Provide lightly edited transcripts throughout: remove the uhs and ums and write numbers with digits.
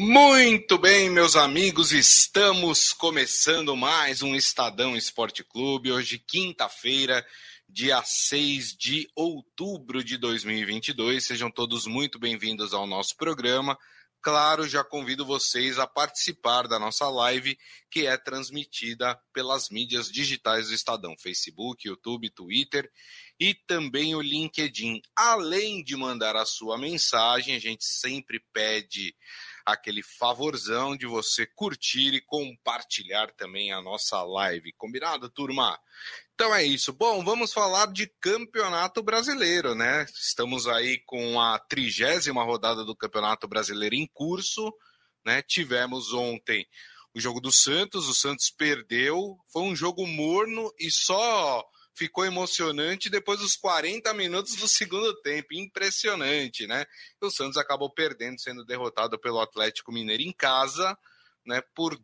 Muito bem, meus amigos, estamos começando mais um Estadão Esporte Clube, hoje quinta-feira, dia 6 de outubro de 2022, sejam todos muito bem-vindos ao nosso programa. Claro, já convido vocês a participar da nossa live, que é transmitida pelas mídias digitais do Estadão, Facebook, YouTube, Twitter e também o LinkedIn. Além de mandar a sua mensagem, a gente sempre pede aquele favorzão de você curtir e compartilhar também a nossa live. Combinado, turma? Então é isso. Bom, vamos falar de Campeonato Brasileiro, né? Estamos aí com a 30ª rodada do Campeonato Brasileiro em curso, né? Tivemos ontem o jogo do Santos, o Santos perdeu, foi um jogo morno e só ficou emocionante depois dos 40 minutos do segundo tempo. Impressionante, né? E o Santos acabou perdendo, sendo derrotado pelo Atlético Mineiro em casa, né, por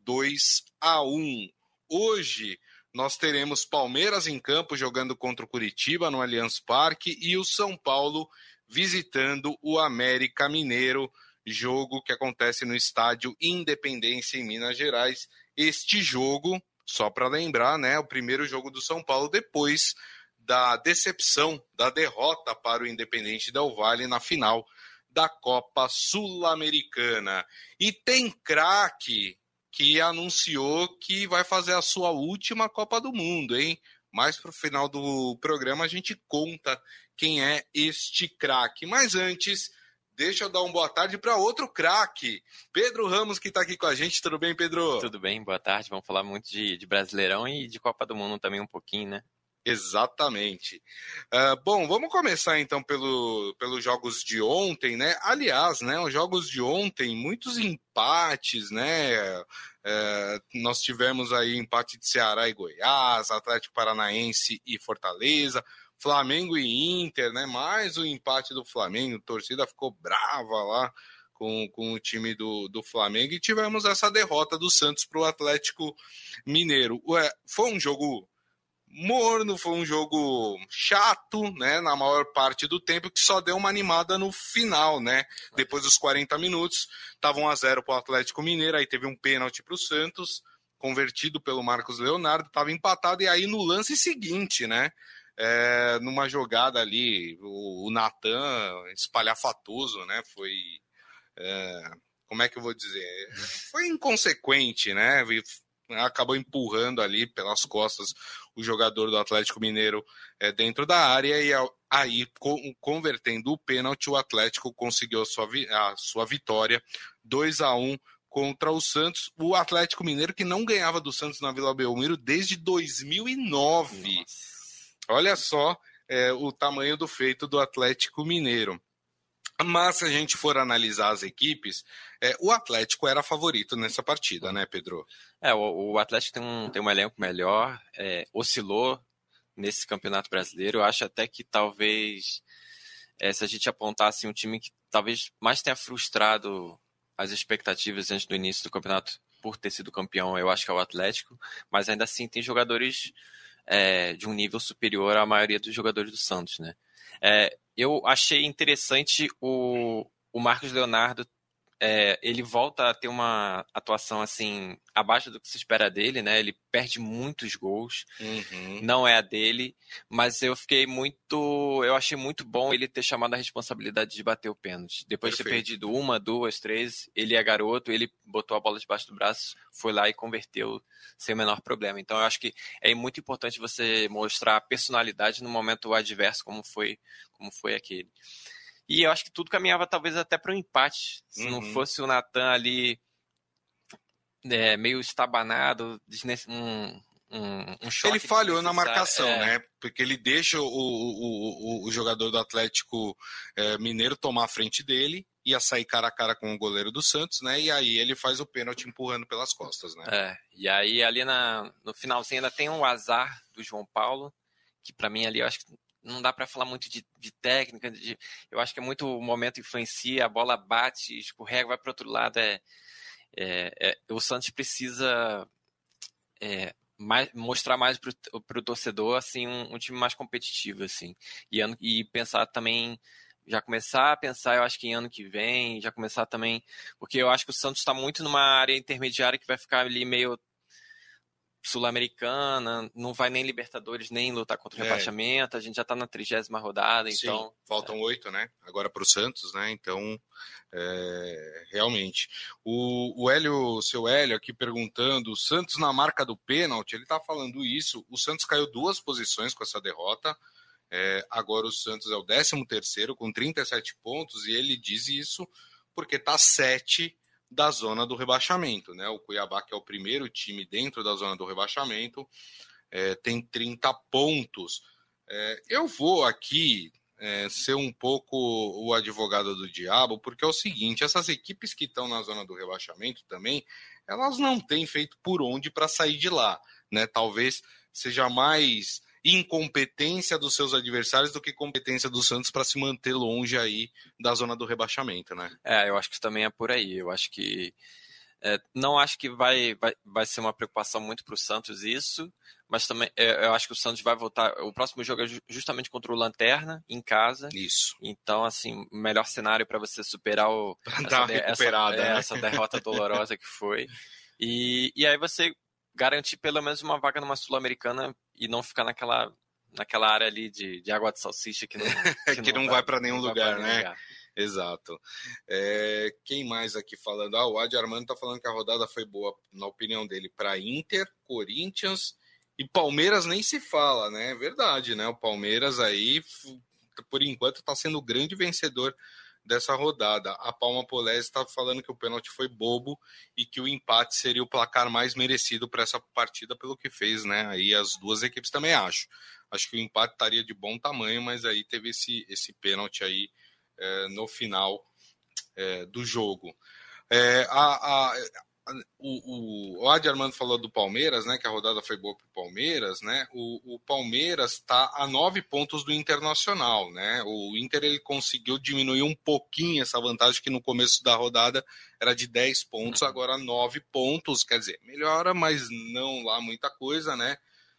2-1. Hoje nós teremos Palmeiras em campo jogando contra o Curitiba no Allianz Parque e o São Paulo visitando o América Mineiro, jogo que acontece no estádio Independência em Minas Gerais. Este jogo, só para lembrar, né, o primeiro jogo do São Paulo depois da decepção, da derrota para o Independente Del Valle na final da Copa Sul-Americana. E tem craque que anunciou que vai fazer a sua última Copa do Mundo, hein? Mais para o final do programa a gente conta quem é este craque. Mas antes, deixa eu dar uma boa tarde para outro craque, Pedro Ramos, que está aqui com a gente. Tudo bem, Pedro? Tudo bem, boa tarde. Vamos falar muito de Brasileirão e de Copa do Mundo também um pouquinho, né? Exatamente. Bom, vamos começar então pelos jogos de ontem, né? Aliás, né, os jogos de ontem, muitos empates, né? Nós tivemos aí empate de Ceará e Goiás, Atlético Paranaense e Fortaleza, Flamengo e Inter, né? Mais um empate do Flamengo, a torcida ficou brava lá com o time do Flamengo e tivemos essa derrota do Santos para o Atlético Mineiro. Foi um jogo morno, foi um jogo chato, né, na maior parte do tempo, que só deu uma animada no final, né, depois dos 40 minutos, estava 1-0 para o Atlético Mineiro, aí teve um pênalti para o Santos, convertido pelo Marcos Leonardo, estava empatado, e aí no lance seguinte, né, numa jogada ali, o Natan espalhafatoso, né, foi, como é que eu vou dizer, foi inconsequente, né, acabou empurrando ali pelas costas o jogador do Atlético Mineiro dentro da área e aí, convertendo o pênalti, o Atlético conseguiu a sua vitória 2-1 contra o Santos. O Atlético Mineiro que não ganhava do Santos na Vila Belmiro desde 2009. Nossa. Olha só o tamanho do feito do Atlético Mineiro. Mas se a gente for analisar as equipes, o Atlético era favorito nessa partida, né, Pedro? O Atlético tem um elenco melhor, oscilou nesse Campeonato Brasileiro. Eu acho até que talvez, se a gente apontasse um time que talvez mais tenha frustrado as expectativas antes do início do campeonato por ter sido campeão, eu acho que é o Atlético, mas ainda assim tem jogadores de um nível superior à maioria dos jogadores do Santos, né? Eu achei interessante o Marcos Leonardo, ele volta a ter uma atuação assim abaixo do que se espera dele, né? Ele perde muitos gols, não é a dele, mas eu achei muito bom ele ter chamado a responsabilidade de bater o pênalti. Depois de ter perdido 1, 2, 3, ele é garoto, ele botou a bola debaixo do braço, foi lá e converteu sem o menor problema. Então eu acho que é muito importante você mostrar a personalidade no momento adverso, como foi aquele. E eu acho que tudo caminhava talvez até para um empate. Se não fosse o Natan ali meio estabanado, um choque. Ele falhou na marcação, né? Porque ele deixa o jogador do Atlético Mineiro tomar a frente dele, ia sair cara a cara com o goleiro do Santos, né? E aí ele faz o pênalti empurrando pelas costas, né? E aí ali no finalzinho ainda tem um azar do João Paulo, que para mim ali eu acho que não dá para falar muito de técnica, eu acho que é muito o momento influencia, a bola bate, escorrega, vai para outro lado. O Santos precisa mostrar mais para o torcedor assim, um time mais competitivo. Assim, e pensar também já começar a pensar, eu acho que em ano que vem, já começar também, porque eu acho que o Santos está muito numa área intermediária que vai ficar ali meio Sul-Americana, não vai nem Libertadores, nem lutar contra o rebaixamento, a gente já está na 30ª rodada, Sim, então... faltam 8, né? Agora para o Santos, né? Então, realmente. O Hélio, seu Hélio aqui perguntando, o Santos na marca do pênalti, ele está falando isso, o Santos caiu 2 posições com essa derrota, agora o Santos é o 13º com 37 pontos, e ele diz isso porque está 7 da zona do rebaixamento, né? O Cuiabá, que é o primeiro time dentro da zona do rebaixamento, tem 30 pontos. Eu vou aqui ser um pouco o advogado do diabo, porque é o seguinte, essas equipes que estão na zona do rebaixamento também, elas não têm feito por onde para sair de lá, né? Talvez seja mais incompetência dos seus adversários do que competência do Santos para se manter longe aí da zona do rebaixamento, né? Eu acho que também é por aí. Eu acho que não acho que vai ser uma preocupação muito para o Santos isso, mas também eu acho que o Santos vai voltar. O próximo jogo é justamente contra o Lanterna, em casa. Isso. Então, assim, o melhor cenário para você superar essa derrota dolorosa que foi. E aí você garantir pelo menos uma vaga numa Sul-Americana e não ficar naquela área ali de água de salsicha que não vai para nenhum lugar, né? Exato. Quem mais aqui falando? O Adi Armando tá falando que a rodada foi boa, na opinião dele, para Inter, Corinthians e Palmeiras nem se fala, né? É verdade, né? O Palmeiras aí, por enquanto, está sendo o grande vencedor dessa rodada. A Palma Polese está falando que o pênalti foi bobo e que o empate seria o placar mais merecido para essa partida pelo que fez, né? Aí as duas equipes também acho que o empate estaria de bom tamanho, mas aí teve esse pênalti aí no final do jogo. O Adi Armando falou do Palmeiras, né? Que a rodada foi boa para o Palmeiras, né? O Palmeiras está a 9 pontos do Internacional, né? O Inter ele conseguiu diminuir um pouquinho essa vantagem que no começo da rodada era de 10 pontos, agora 9 pontos, quer dizer, melhora, mas não lá muita coisa, né?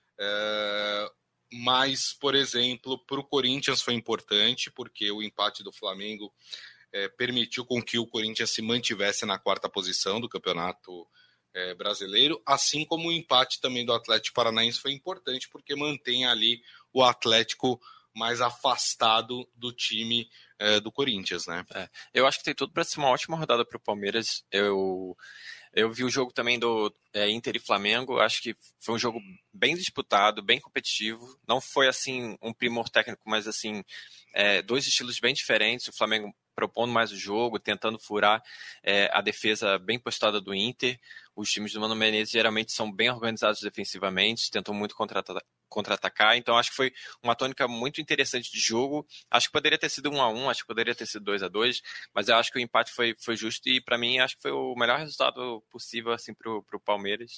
Mas, por exemplo, para o Corinthians foi importante, porque o empate do Flamengo permitiu com que o Corinthians se mantivesse na 4ª posição do Campeonato Brasileiro, assim como o empate também do Atlético Paranaense foi importante, porque mantém ali o Atlético mais afastado do time do Corinthians, né? Eu acho que tem tudo para ser uma ótima rodada para o Palmeiras. Eu vi o jogo também do Inter e Flamengo, acho que foi um jogo bem disputado, bem competitivo. Não foi, assim, um primor técnico, mas, assim, 2 estilos bem diferentes. O Flamengo propondo mais o jogo, tentando furar a defesa bem postada do Inter. Os times do Mano Menezes geralmente são bem organizados defensivamente, tentam muito contra-atacar, então acho que foi uma tônica muito interessante de jogo. Acho que poderia ter sido 1-1, acho que poderia ter sido 2-2, mas eu acho que o empate foi justo e para mim acho que foi o melhor resultado possível assim pro Palmeiras.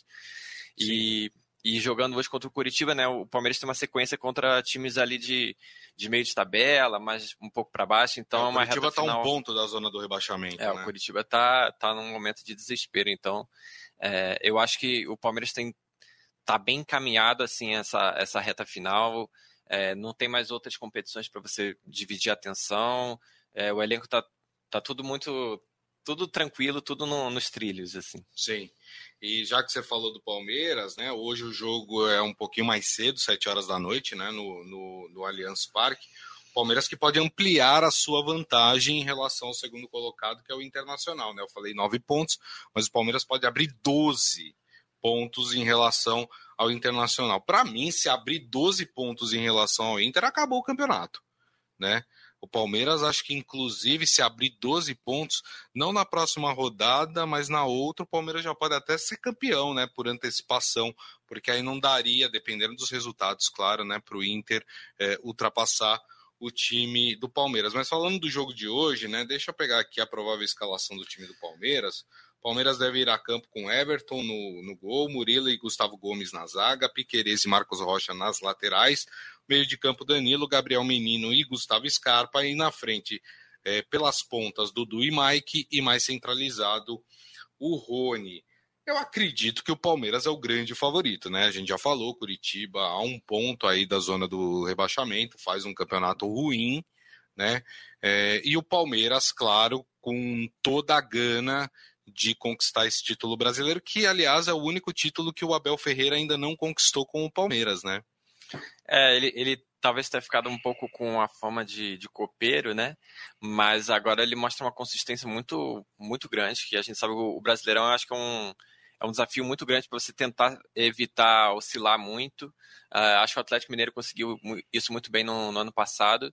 E jogando hoje contra o Curitiba, né? O Palmeiras tem uma sequência contra times ali de meio de tabela, mas um pouco para baixo, então o Curitiba está um ponto da zona do rebaixamento, né? O Curitiba tá num momento de desespero, então eu acho que o Palmeiras tá bem encaminhado assim essa reta final. Não tem mais outras competições para você dividir a atenção. O elenco tá tudo tranquilo, tudo nos trilhos, assim. Sim. E já que você falou do Palmeiras, né? Hoje o jogo é um pouquinho mais cedo, 7 horas da noite, né? No Allianz Parque. O Palmeiras que pode ampliar a sua vantagem em relação ao segundo colocado, que é o Internacional, né? Eu falei 9 pontos, mas o Palmeiras pode abrir 12 pontos em relação ao Internacional. Para mim, se abrir 12 pontos em relação ao Inter, acabou o campeonato, né? O Palmeiras, acho que inclusive se abrir 12 pontos, não na próxima rodada, mas na outra, o Palmeiras já pode até ser campeão, né, por antecipação, porque aí não daria, dependendo dos resultados, claro, né, para o Inter ultrapassar o time do Palmeiras. Mas falando do jogo de hoje, né, deixa eu pegar aqui a provável escalação do time do Palmeiras. Palmeiras deve ir a campo com Everton no gol, Murilo e Gustavo Gomes na zaga, Piquerez e Marcos Rocha nas laterais, meio de campo Danilo, Gabriel Menino e Gustavo Scarpa, e na frente, pelas pontas, Dudu e Mike, e mais centralizado, o Rony. Eu acredito que o Palmeiras é o grande favorito, né? A gente já falou, Curitiba a 1 ponto aí da zona do rebaixamento, faz um campeonato ruim, né? E o Palmeiras, claro, com toda a gana de conquistar esse título brasileiro, que, aliás, é o único título que o Abel Ferreira ainda não conquistou com o Palmeiras, né? Ele talvez tenha ficado um pouco com a fama de copeiro, né? Mas agora ele mostra uma consistência muito, muito grande, que a gente sabe que o Brasileirão, eu acho que é um desafio muito grande para você tentar evitar oscilar muito. Acho que o Atlético Mineiro conseguiu isso muito bem no ano passado.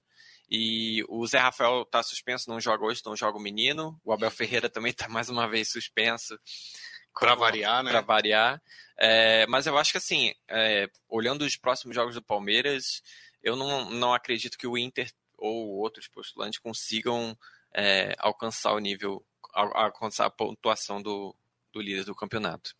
E o Zé Rafael está suspenso, não joga hoje, não joga o menino. O Abel Ferreira também está mais uma vez suspenso. Para variar, né? Para variar. Mas eu acho que, assim, olhando os próximos jogos do Palmeiras, eu não acredito que o Inter ou outros postulantes consigam alcançar o nível, alcançar a pontuação do líder do campeonato.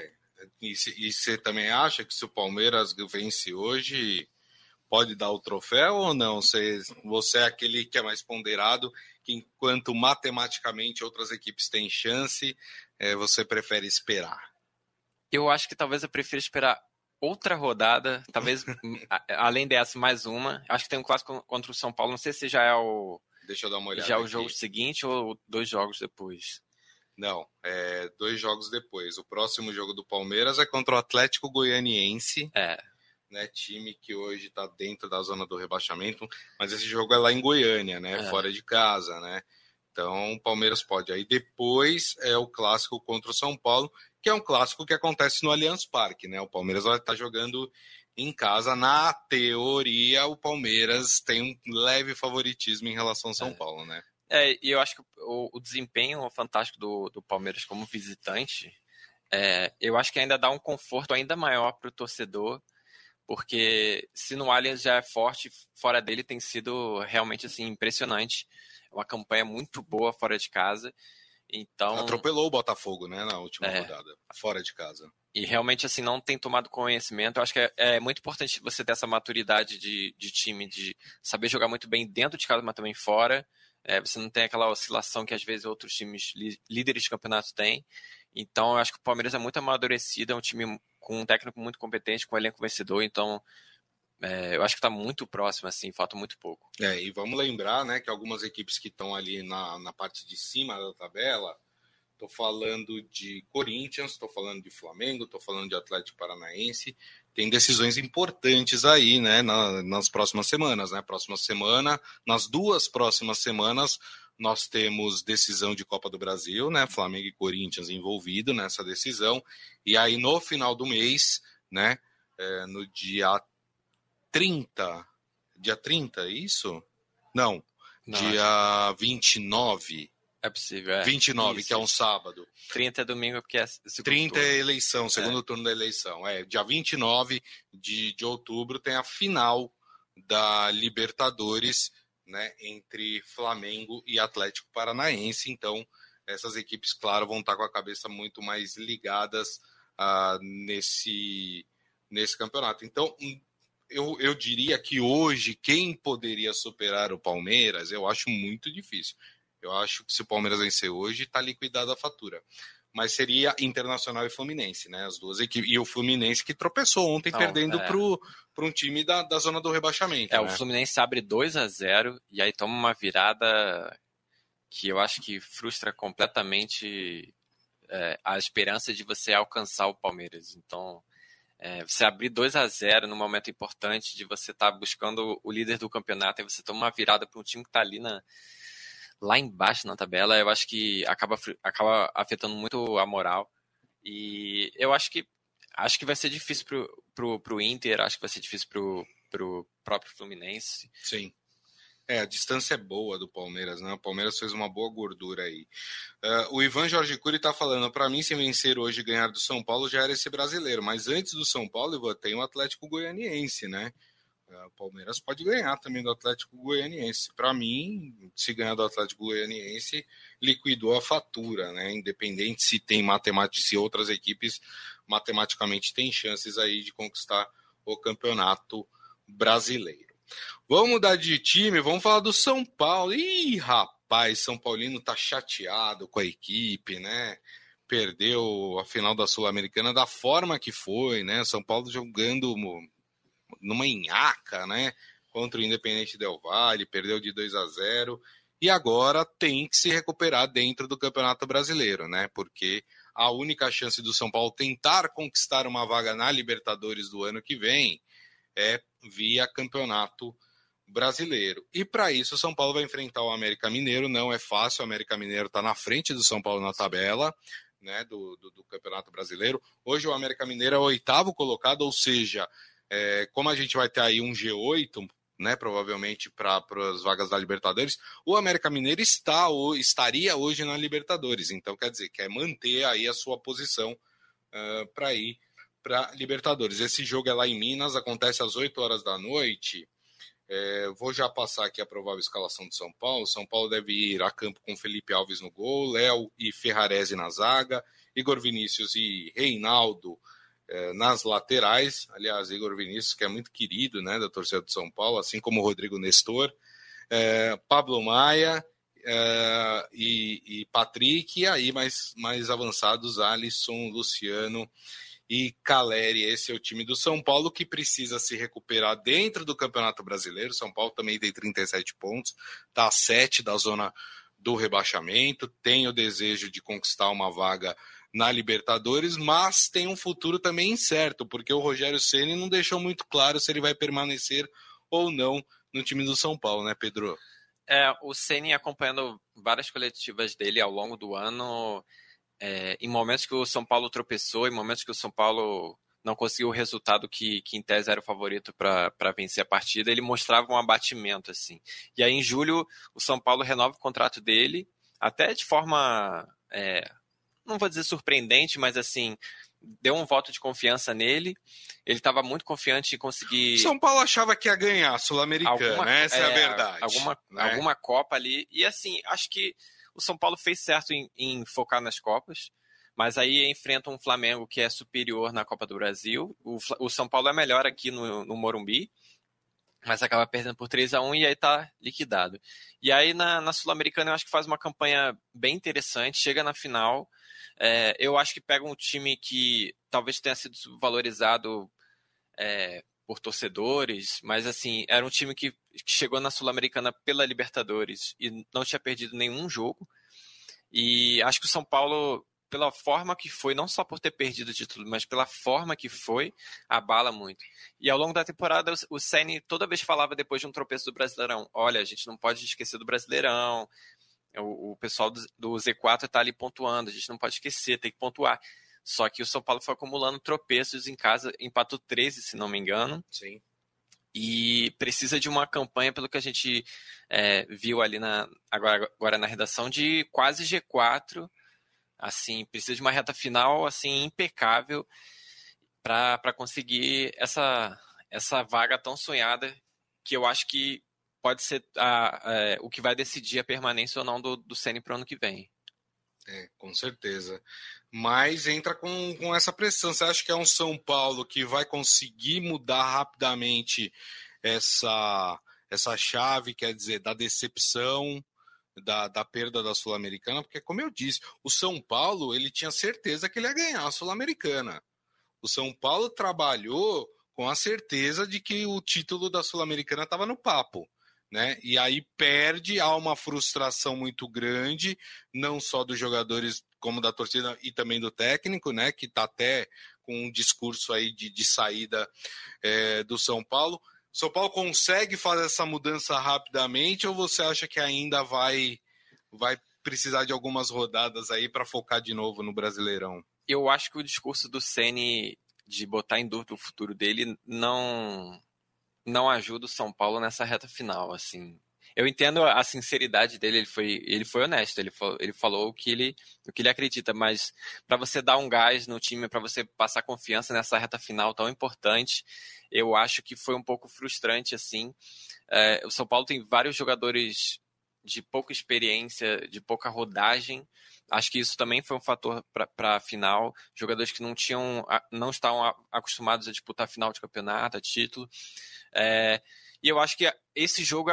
E você também acha que se o Palmeiras vence hoje, pode dar o troféu ou não? Você é aquele que é mais ponderado, que enquanto matematicamente outras equipes têm chance, você prefere esperar? Eu acho que talvez eu prefira esperar outra rodada, talvez além dessa, mais uma. Acho que tem um clássico contra o São Paulo, não sei se já é o... Deixa eu dar uma olhada já é o aqui. jogo seguinte ou 2 jogos depois? Não, 2 jogos depois. O próximo jogo do Palmeiras é contra o Atlético Goianiense. Né, time que hoje está dentro da zona do rebaixamento, mas esse jogo é lá em Goiânia, né, fora de casa, né? Então o Palmeiras pode. Aí depois é o clássico contra o São Paulo, que é um clássico que acontece no Allianz Parque, né? O Palmeiras vai estar jogando em casa. Na teoria, o Palmeiras tem um leve favoritismo em relação ao São Paulo, né? E eu acho que o desempenho fantástico do Palmeiras como visitante, eu acho que ainda dá um conforto ainda maior para o torcedor, porque se no Allianz já é forte, fora dele tem sido realmente assim, impressionante. É uma campanha muito boa fora de casa. Então, atropelou o Botafogo, né, na última rodada, fora de casa. E realmente assim não tem tomado conhecimento. Eu acho que é muito importante você ter essa maturidade de time, de saber jogar muito bem dentro de casa, mas também fora. Você não tem aquela oscilação que às vezes outros times líderes de campeonato têm. Então, eu acho que o Palmeiras é muito amadurecido, é um time com um técnico muito competente, com um elenco vencedor. Então, eu acho que está muito próximo, assim, falta muito pouco. E vamos lembrar, né, que algumas equipes que estão ali na parte de cima da tabela, estou falando de Corinthians, estou falando de Flamengo, estou falando de Atlético Paranaense, tem decisões importantes aí, né, nas próximas semanas, né? Nas 2 próximas semanas, nós temos decisão de Copa do Brasil, né? Flamengo e Corinthians envolvido nessa decisão. E aí, no final do mês, né? No dia 30. Dia 30, isso? Não, dia 29. É possível, 29, isso. Que é um sábado. 30 é domingo, porque é segundo 30 turno. É eleição, segundo turno da eleição. Dia 29 de outubro tem a final da Libertadores, né, entre Flamengo e Atlético Paranaense. Então, essas equipes, claro, vão estar com a cabeça muito mais ligadas nesse campeonato. Então, eu diria que hoje, quem poderia superar o Palmeiras, eu acho muito difícil. Eu acho que se o Palmeiras vencer hoje, está liquidada a fatura. Mas seria Internacional e Fluminense, né? As duas equipes. E o Fluminense que tropeçou ontem, perdendo para um time da zona do rebaixamento. Né? O Fluminense abre 2-0 e aí toma uma virada que eu acho que frustra completamente a esperança de você alcançar o Palmeiras. Então, você abrir 2-0 num momento importante de você estar buscando o líder do campeonato e você toma uma virada para um time que está ali lá embaixo na tabela, eu acho que acaba afetando muito a moral. E eu acho que vai ser difícil pro Inter, acho que vai ser difícil pro próprio Fluminense. Sim. A distância é boa do Palmeiras, né? O Palmeiras fez uma boa gordura aí. O Ivan Jorge Cury tá falando, para mim, se vencer hoje e ganhar do São Paulo, já era esse brasileiro. Mas antes do São Paulo, Ivan, tem o Atlético Goianiense, né? O Palmeiras pode ganhar também do Atlético Goianiense. Para mim, se ganhar do Atlético Goianiense, liquidou a fatura, né? Independente se tem se outras equipes matematicamente têm chances aí de conquistar o campeonato brasileiro. Vamos mudar de time, vamos falar do São Paulo. Ih, rapaz, São Paulino tá chateado com a equipe, né? Perdeu a final da Sul-Americana da forma que foi, né? São Paulo jogando numa nhaca, né? contra o Independente Del Valle, perdeu de 2-0, e agora tem que se recuperar dentro do Campeonato Brasileiro, né? Porque a única chance do São Paulo tentar conquistar uma vaga na Libertadores do ano que vem é via Campeonato Brasileiro. E para isso o São Paulo vai enfrentar o América Mineiro, não é fácil, o América Mineiro está na frente do São Paulo na tabela, né, do Campeonato Brasileiro. Hoje o América Mineiro é o 8º colocado, ou seja, como a gente vai ter aí um G8, né, provavelmente para as vagas da Libertadores, o América Mineiro estaria hoje na Libertadores, então quer dizer, quer manter aí a sua posição para ir para Libertadores. Esse jogo é lá em Minas, acontece às 8 horas da noite. Vou já passar aqui a provável escalação do São Paulo. São Paulo deve ir a campo com Felipe Alves no gol, Léo e Ferrarese na zaga, Igor Vinícius e Reinaldo nas laterais. Aliás, Igor Vinícius, que é muito querido, né, da torcida do São Paulo, assim como o Rodrigo Nestor, Pablo Maia e Patrick, e aí mais avançados, Alisson, Luciano e Caleri. Esse é o time do São Paulo, que precisa se recuperar dentro do Campeonato Brasileiro. São Paulo também tem 37 pontos, está a 7 da zona do rebaixamento, tem o desejo de conquistar uma vaga na Libertadores, mas tem um futuro também incerto, porque o Rogério Ceni não deixou muito claro se ele vai permanecer ou não no time do São Paulo, né, Pedro? O Ceni, acompanhando várias coletivas dele ao longo do ano, em momentos que o São Paulo tropeçou, em momentos que o São Paulo não conseguiu o resultado que em tese era o favorito para vencer a partida, ele mostrava um abatimento, assim. E aí, em julho, o São Paulo renova o contrato dele, até de forma, não vou dizer surpreendente, mas assim, deu um voto de confiança nele. Ele estava muito confiante em conseguir... O São Paulo achava que ia ganhar a Sul-Americana, essa é a verdade. Alguma Copa ali. E assim, acho que o São Paulo fez certo em focar nas Copas, mas aí enfrenta um Flamengo que é superior na Copa do Brasil. O São Paulo é melhor aqui no Morumbi, mas acaba perdendo por 3-1 e aí tá liquidado. E aí na Sul-Americana eu acho que faz uma campanha bem interessante, chega na final. Eu acho que pega um time que talvez tenha sido subvalorizado por torcedores, mas assim, era um time que chegou na Sul-Americana pela Libertadores e não tinha perdido nenhum jogo. E acho que o São Paulo, pela forma que foi, não só por ter perdido o título, mas pela forma que foi, abala muito. E ao longo da temporada, o Ceni toda vez falava, depois de um tropeço do Brasileirão, olha, a gente não pode esquecer do Brasileirão, o pessoal do Z4 está ali pontuando, a gente não pode esquecer, tem que pontuar. Só que o São Paulo foi acumulando tropeços em casa, empatou 13, se não me engano. Sim. E precisa de uma campanha, pelo que a gente viu ali agora na redação, de quase G4. Assim, precisa de uma reta final assim, impecável para conseguir essa vaga tão sonhada, que eu acho que pode ser o que vai decidir a permanência ou não do Ceni para o ano que vem. Com certeza. Mas entra com essa pressão. Você acha que é um São Paulo que vai conseguir mudar rapidamente essa chave, quer dizer, da decepção, da perda da Sul-Americana? Porque, como eu disse, o São Paulo ele tinha certeza que ele ia ganhar a Sul-Americana. O São Paulo trabalhou com a certeza de que o título da Sul-Americana estava no papo. Né? E aí perde, há uma frustração muito grande, não só dos jogadores como da torcida e também do técnico, né? Que está até com um discurso aí de saída do São Paulo. O São Paulo consegue fazer essa mudança rapidamente ou você acha que ainda vai precisar de algumas rodadas aí para focar de novo no Brasileirão? Eu acho que o discurso do Ceni de botar em dúvida o futuro dele não ajuda o São Paulo nessa reta final, assim. Eu entendo a sinceridade dele, ele foi honesto, ele falou o que ele acredita, mas para você dar um gás no time, para você passar confiança nessa reta final tão importante, eu acho que foi um pouco frustrante, assim. O São Paulo tem vários jogadores de pouca experiência, de pouca rodagem. Acho que isso também foi um fator para a final. Jogadores que não estavam acostumados a disputar final de campeonato, a título. E eu acho que esse jogo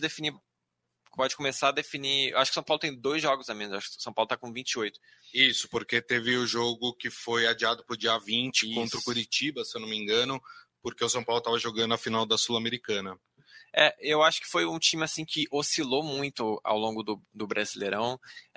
pode começar a definir. Acho que o São Paulo tem 2 jogos a menos. Acho que o São Paulo está com 28. Isso, porque teve o jogo que foi adiado para o dia 20 Isso. contra o Curitiba, se eu não me engano, porque o São Paulo estava jogando a final da Sul-Americana. Eu acho que foi um time assim que oscilou muito ao longo do Brasileirão.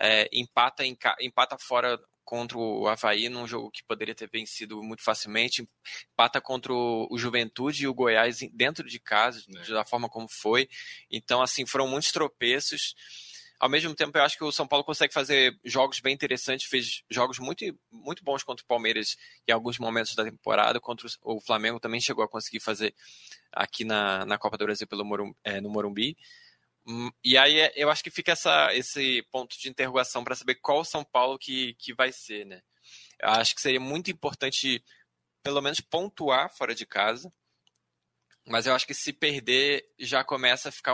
Empata fora contra o Avaí num jogo que poderia ter vencido muito facilmente. Empata contra o Juventude e o Goiás dentro de casa, da forma como foi. Então, assim, foram muitos tropeços. Ao mesmo tempo, eu acho que o São Paulo consegue fazer jogos bem interessantes, fez jogos muito, muito bons contra o Palmeiras em alguns momentos da temporada, contra o Flamengo também chegou a conseguir fazer aqui na Copa do Brasil no Morumbi. E aí eu acho que fica esse ponto de interrogação para saber qual São Paulo que vai ser, né? Eu acho que seria muito importante, pelo menos, pontuar fora de casa, mas eu acho que se perder já começa a ficar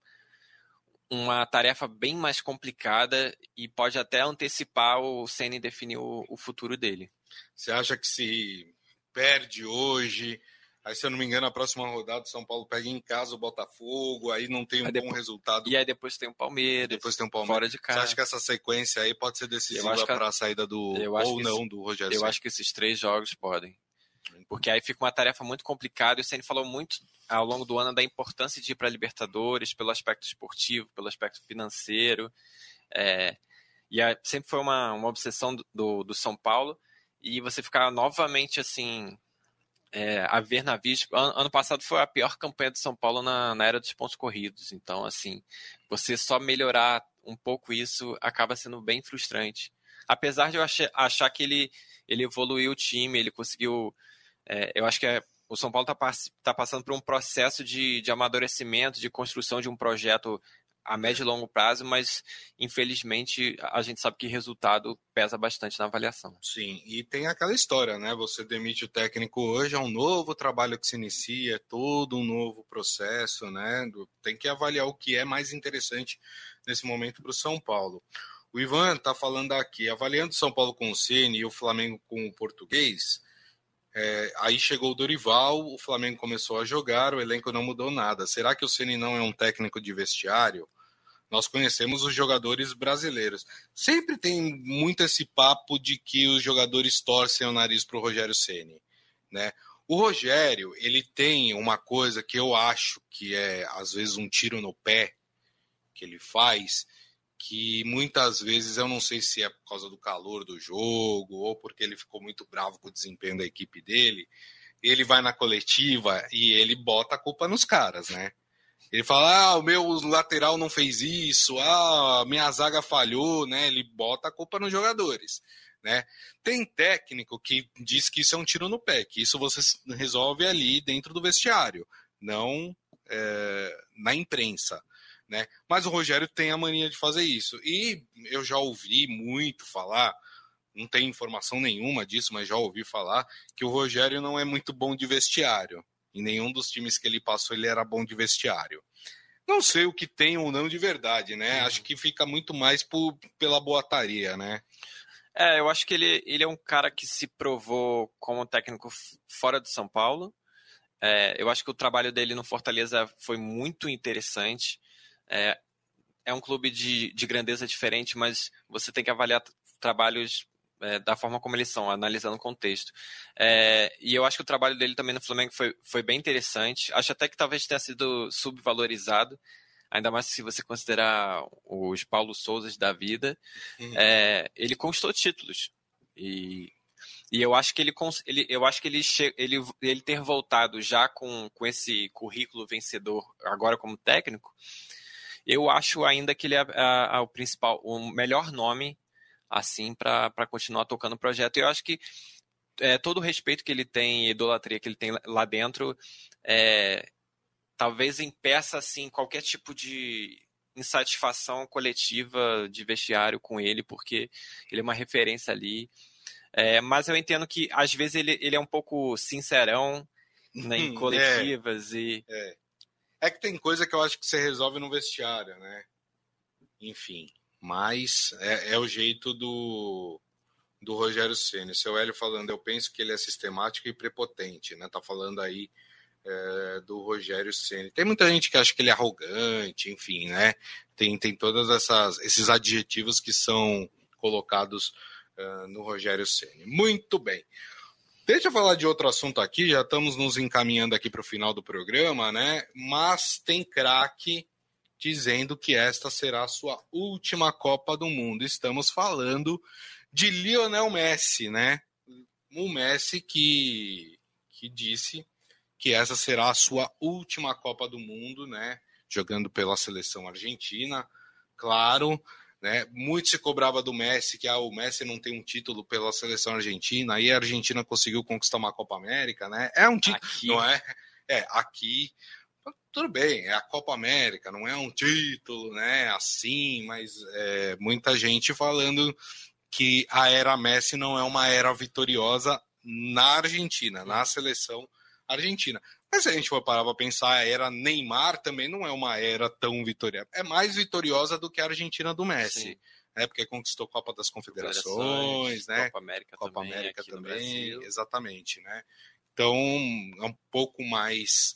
uma tarefa bem mais complicada e pode até antecipar o Ceni definir o futuro dele. Você acha que se perde hoje, aí se eu não me engano a próxima rodada o São Paulo pega em casa o Botafogo, aí não tem bom resultado. E aí depois tem o Palmeiras, fora de casa. Você acha que essa sequência aí pode ser decisiva para a saída do Rogério Ceni? Eu acho que esses 3 jogos podem. Porque aí fica uma tarefa muito complicada. E o Ceni falou muito ao longo do ano da importância de ir para a Libertadores, pelo aspecto esportivo, pelo aspecto financeiro. Sempre foi uma obsessão do São Paulo. E você ficar novamente assim, a ver navios. Ano passado foi a pior campanha do São Paulo na era dos pontos corridos. Então, assim, você só melhorar um pouco isso acaba sendo bem frustrante. Apesar de eu achar que ele evoluiu o time, ele conseguiu... eu acho que o São Paulo está passando por um processo de amadurecimento, de construção de um projeto a médio e longo prazo, mas infelizmente a gente sabe que resultado pesa bastante na avaliação. Sim, e tem aquela história, né? Você demite o técnico hoje, é um novo trabalho que se inicia, é todo um novo processo, né? Tem que avaliar o que é mais interessante nesse momento para o São Paulo. O Ivan está falando aqui, avaliando o São Paulo com o Ceni e o Flamengo com o Português, aí chegou o Dorival, o Flamengo começou a jogar, o elenco não mudou nada. Será que o Ceni não é um técnico de vestiário? Nós conhecemos os jogadores brasileiros. Sempre tem muito esse papo de que os jogadores torcem o nariz para o Rogério Ceni, né? O Rogério, ele tem uma coisa que eu acho que é, às vezes, um tiro no pé que ele faz, que muitas vezes, eu não sei se é por causa do calor do jogo ou porque ele ficou muito bravo com o desempenho da equipe dele, ele vai na coletiva e ele bota a culpa nos caras, né? Ele fala, o meu lateral não fez isso, minha zaga falhou, né? Ele bota a culpa nos jogadores, né? Tem técnico que diz que isso é um tiro no pé, que isso você resolve ali dentro do vestiário, não na imprensa, né? Mas o Rogério tem a mania de fazer isso. E eu já ouvi muito falar, não tem informação nenhuma disso, mas já ouvi falar que o Rogério não é muito bom de vestiário. Em nenhum dos times que ele passou ele era bom de vestiário. Não sei o que tem ou não de verdade, né? Acho que fica muito mais pela boataria, né? Eu acho que ele é um cara que se provou como técnico fora do São Paulo. Eu acho que o trabalho dele no Fortaleza foi muito interessante. É um clube de grandeza diferente, mas você tem que avaliar trabalhos da forma como eles são, analisando o contexto. E eu acho que o trabalho dele também no Flamengo foi bem interessante. Acho até que talvez tenha sido subvalorizado, ainda mais se você considerar os Paulo Sousas da vida. Ele conquistou títulos. E eu acho que ele ter voltado já com esse currículo vencedor agora como técnico, eu acho ainda que ele é o melhor nome assim para continuar tocando o projeto. E eu acho que todo o respeito que ele tem, idolatria que ele tem lá dentro, talvez impeça assim qualquer tipo de insatisfação coletiva de vestiário com ele, porque ele é uma referência ali. Mas eu entendo que às vezes ele é um pouco sincerão, né, em coletivas É que tem coisa que eu acho que você resolve no vestiário, né? Enfim, mas é o jeito do Rogério Ceni. Seu Hélio falando, eu penso que ele é sistemático e prepotente, né? Tá falando aí do Rogério Ceni. Tem muita gente que acha que ele é arrogante, enfim, né? Tem todos esses adjetivos que são colocados no Rogério Ceni. Muito bem. Deixa eu falar de outro assunto aqui, já estamos nos encaminhando aqui para o final do programa, né? Mas tem craque dizendo que esta será a sua última Copa do Mundo. Estamos falando de Lionel Messi, né? O Messi que disse que essa será a sua última Copa do Mundo, né? Jogando pela seleção argentina, claro, né? Muito se cobrava do Messi, que o Messi não tem um título pela seleção argentina, aí a Argentina conseguiu conquistar uma Copa América, né? É um título, aqui. Não é? Aqui, tudo bem, é a Copa América, não é um título, né? Assim, mas muita gente falando que a era Messi não é uma era vitoriosa na Argentina, na seleção argentina. Mas se a gente for parar para pensar, a era Neymar também não é uma era tão vitoriosa. É mais vitoriosa do que a Argentina do Messi, né? Porque conquistou Copa das Confederações, né? Copa América também, exatamente, né? Então, é um pouco mais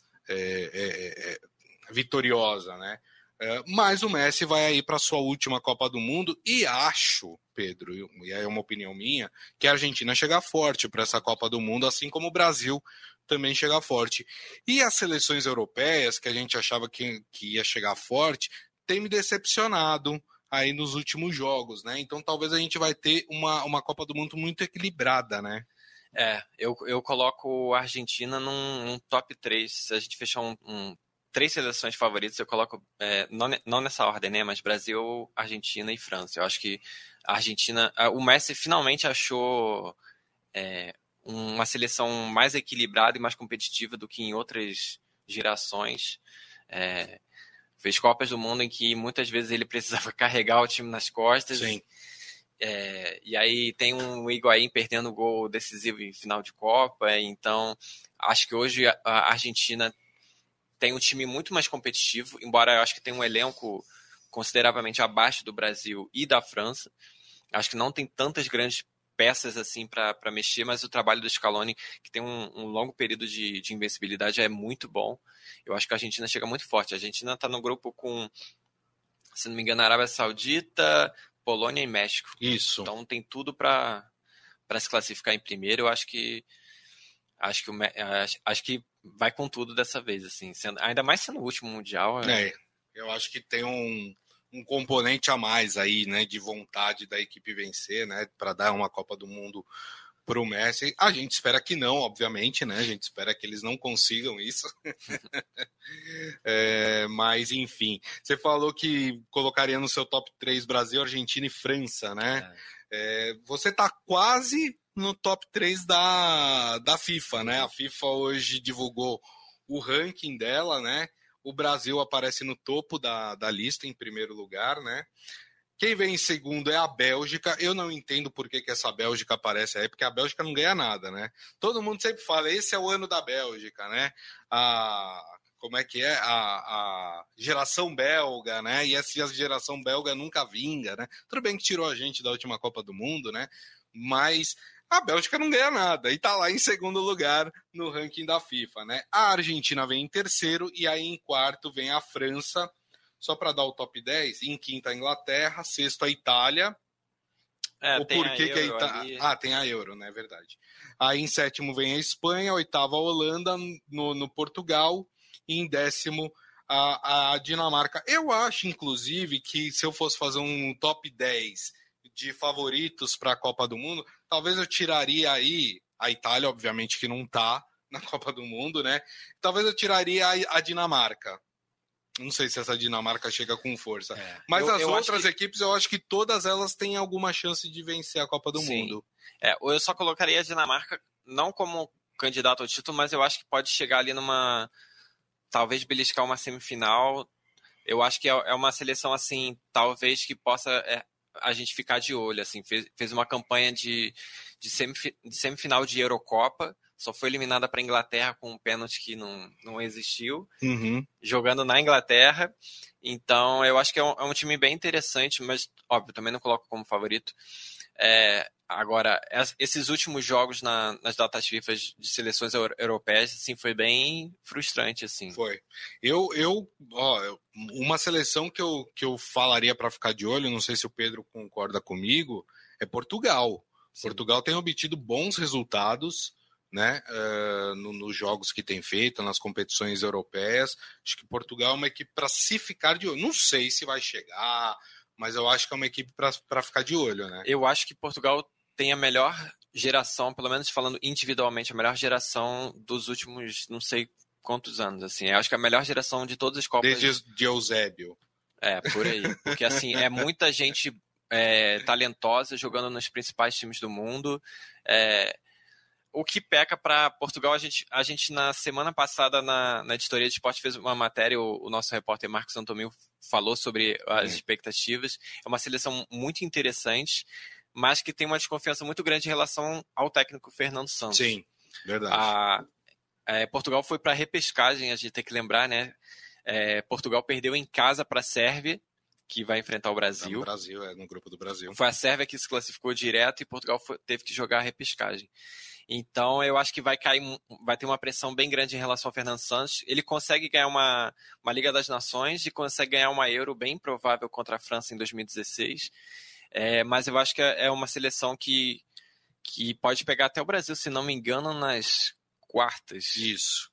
vitoriosa, né? Mas o Messi vai aí para a sua última Copa do Mundo e acho, Pedro, e aí é uma opinião minha, que a Argentina chega forte para essa Copa do Mundo, assim como o Brasil também chega forte. E as seleções europeias, que a gente achava que ia chegar forte, tem me decepcionado aí nos últimos jogos, né? Então talvez a gente vai ter uma Copa do Mundo muito equilibrada, né? Eu coloco a Argentina num top 3. Se a gente fechar três seleções favoritas, eu coloco, não nessa ordem, né? Mas Brasil, Argentina e França. Eu acho que a Argentina... O Messi finalmente achou uma seleção mais equilibrada e mais competitiva do que em outras gerações. Fez Copas do Mundo em que muitas vezes ele precisava carregar o time nas costas. Sim. E aí tem um Higuaín perdendo gol decisivo em final de Copa. Então, acho que hoje a Argentina tem um time muito mais competitivo, embora eu acho que tem um elenco consideravelmente abaixo do Brasil e da França. Acho que não tem tantas grandes peças assim para mexer, mas o trabalho do Scaloni, que tem um longo período de invencibilidade, é muito bom. Eu acho que a Argentina chega muito forte. A Argentina está no grupo com, se não me engano, Arábia Saudita, Polônia e México. Isso. Então tem tudo para se classificar em primeiro. Eu acho que vai com tudo dessa vez, assim, ainda mais sendo o último mundial. Eu acho que tem um componente a mais aí, né, de vontade da equipe vencer, né, para dar uma Copa do Mundo para o Messi. A gente espera que não, obviamente, né, a gente espera que eles não consigam isso. Mas, enfim, você falou que colocaria no seu top 3 Brasil, Argentina e França, né? Você tá quase no top 3 da FIFA, né? A FIFA hoje divulgou o ranking dela, né? O Brasil aparece no topo da lista, em primeiro lugar, né? Quem vem em segundo é a Bélgica. Eu não entendo por que essa Bélgica aparece aí, porque a Bélgica não ganha nada, né? Todo mundo sempre fala, esse é o ano da Bélgica, né? Como é que é? A geração belga, né? E essa geração belga nunca vinga, né? Tudo bem que tirou a gente da última Copa do Mundo, né? Mas a Bélgica não ganha nada e tá lá em segundo lugar no ranking da FIFA, né? A Argentina vem em terceiro e aí em quarto vem a França, só para dar o top 10, em quinta a Inglaterra, sexto a Itália. O porquê que a Itália... tem a Euro, né? Verdade. Aí em sétimo vem a Espanha, oitava a Holanda, no Portugal, e em décimo a Dinamarca. Eu acho, inclusive, que se eu fosse fazer um top 10 de favoritos para a Copa do Mundo, talvez eu tiraria aí a Itália, obviamente que não está na Copa do Mundo, né? Talvez eu tiraria a Dinamarca. Não sei se essa Dinamarca chega com força. Mas as outras equipes, eu acho que todas elas têm alguma chance de vencer a Copa do Mundo. Eu só colocaria a Dinamarca não como candidato ao título, mas eu acho que pode chegar ali talvez beliscar uma semifinal. Eu acho que é uma seleção assim, talvez que possa a gente ficar de olho. Assim, fez uma campanha de semifinal de Eurocopa, só foi eliminada para a Inglaterra com um pênalti que não existiu, jogando na Inglaterra. Então, eu acho que é um time bem interessante, mas, óbvio, também não coloco como favorito. Agora, esses últimos jogos nas datas FIFA de seleções europeias, assim, foi bem frustrante, assim. Foi. Uma seleção que eu falaria para ficar de olho, não sei se o Pedro concorda comigo, é Portugal. Sim. Portugal tem obtido bons resultados, né, nos jogos que tem feito, nas competições europeias. Acho que Portugal é uma equipe para se ficar de olho. Não sei se vai chegar, mas eu acho que é uma equipe para ficar de olho, né? Eu acho que Portugal tem a melhor geração, pelo menos falando individualmente, a melhor geração dos últimos não sei quantos anos, assim. Eu acho que a melhor geração de todas as Copas... Desde de Eusébio. Por aí. Porque, assim, é muita gente talentosa jogando nos principais times do mundo. O que peca para Portugal, a gente na semana passada na editoria de esporte fez uma matéria, o nosso repórter Marcos Antomil falou sobre as expectativas. É uma seleção muito interessante, mas que tem uma desconfiança muito grande em relação ao técnico Fernando Santos. Sim, verdade. Portugal foi para a repescagem, a gente tem que lembrar, né? Portugal perdeu em casa para a Sérvia, que vai enfrentar o Brasil. No Brasil, no grupo do Brasil. Foi a Sérvia que se classificou direto e Portugal teve que jogar a repescagem. Então, eu acho que vai ter uma pressão bem grande em relação ao Fernando Santos. Ele consegue ganhar uma Liga das Nações e consegue ganhar uma Euro bem provável contra a França em 2016. Mas eu acho que é uma seleção que pode pegar até o Brasil, se não me engano, nas quartas. Isso.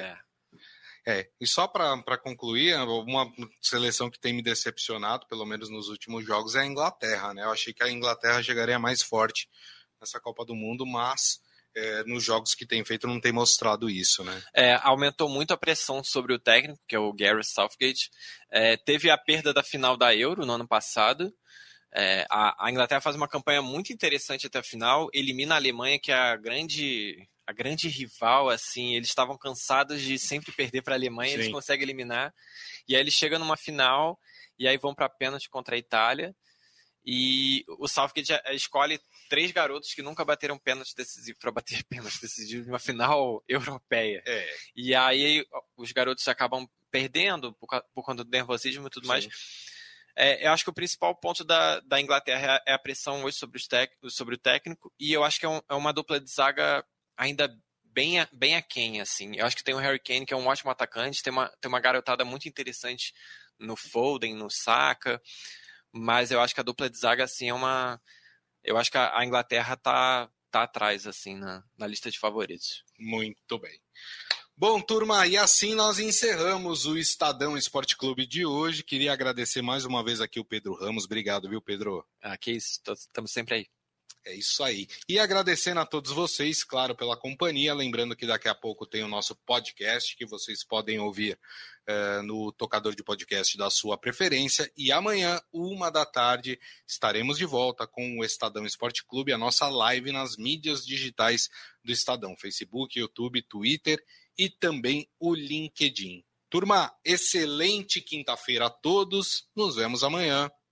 E só para concluir, uma seleção que tem me decepcionado, pelo menos nos últimos jogos, é a Inglaterra, né? Eu achei que a Inglaterra chegaria mais forte nessa Copa do Mundo, mas nos jogos que tem feito não tem mostrado isso, né? Aumentou muito a pressão sobre o técnico, que é o Gareth Southgate. Teve a perda da final da Euro no ano passado. A Inglaterra faz uma campanha muito interessante até a final, elimina a Alemanha, que é a grande rival, assim. Eles estavam cansados de sempre perder para a Alemanha. Sim. Eles conseguem eliminar, e aí eles chegam numa final, e aí vão para pênalti contra a Itália, e o Southgate escolhe 3 garotos que nunca bateram pênalti decisivo para bater pênalti decisivo numa final europeia. E aí os garotos acabam perdendo por conta do nervosismo e tudo mais. Eu acho que o principal ponto da Inglaterra é a pressão hoje sobre o técnico, e eu acho que é uma dupla de zaga ainda bem aquém, assim. Eu acho que tem o Harry Kane, que é um ótimo atacante, tem uma garotada muito interessante no Foden, no Saka, mas eu acho que a dupla de zaga, assim, eu acho que a Inglaterra tá atrás, assim, na lista de favoritos. Muito bem. Bom, turma, e assim nós encerramos o Estadão Esporte Clube de hoje. Queria agradecer mais uma vez aqui o Pedro Ramos. Obrigado, viu, Pedro? Que isso, estamos sempre aí. É isso aí. E agradecendo a todos vocês, claro, pela companhia. Lembrando que daqui a pouco tem o nosso podcast, que vocês podem ouvir no tocador de podcast da sua preferência. E amanhã, 13h, estaremos de volta com o Estadão Esporte Clube, a nossa live nas mídias digitais do Estadão. Facebook, YouTube, Twitter e também o LinkedIn. Turma, excelente quinta-feira a todos. Nos vemos amanhã.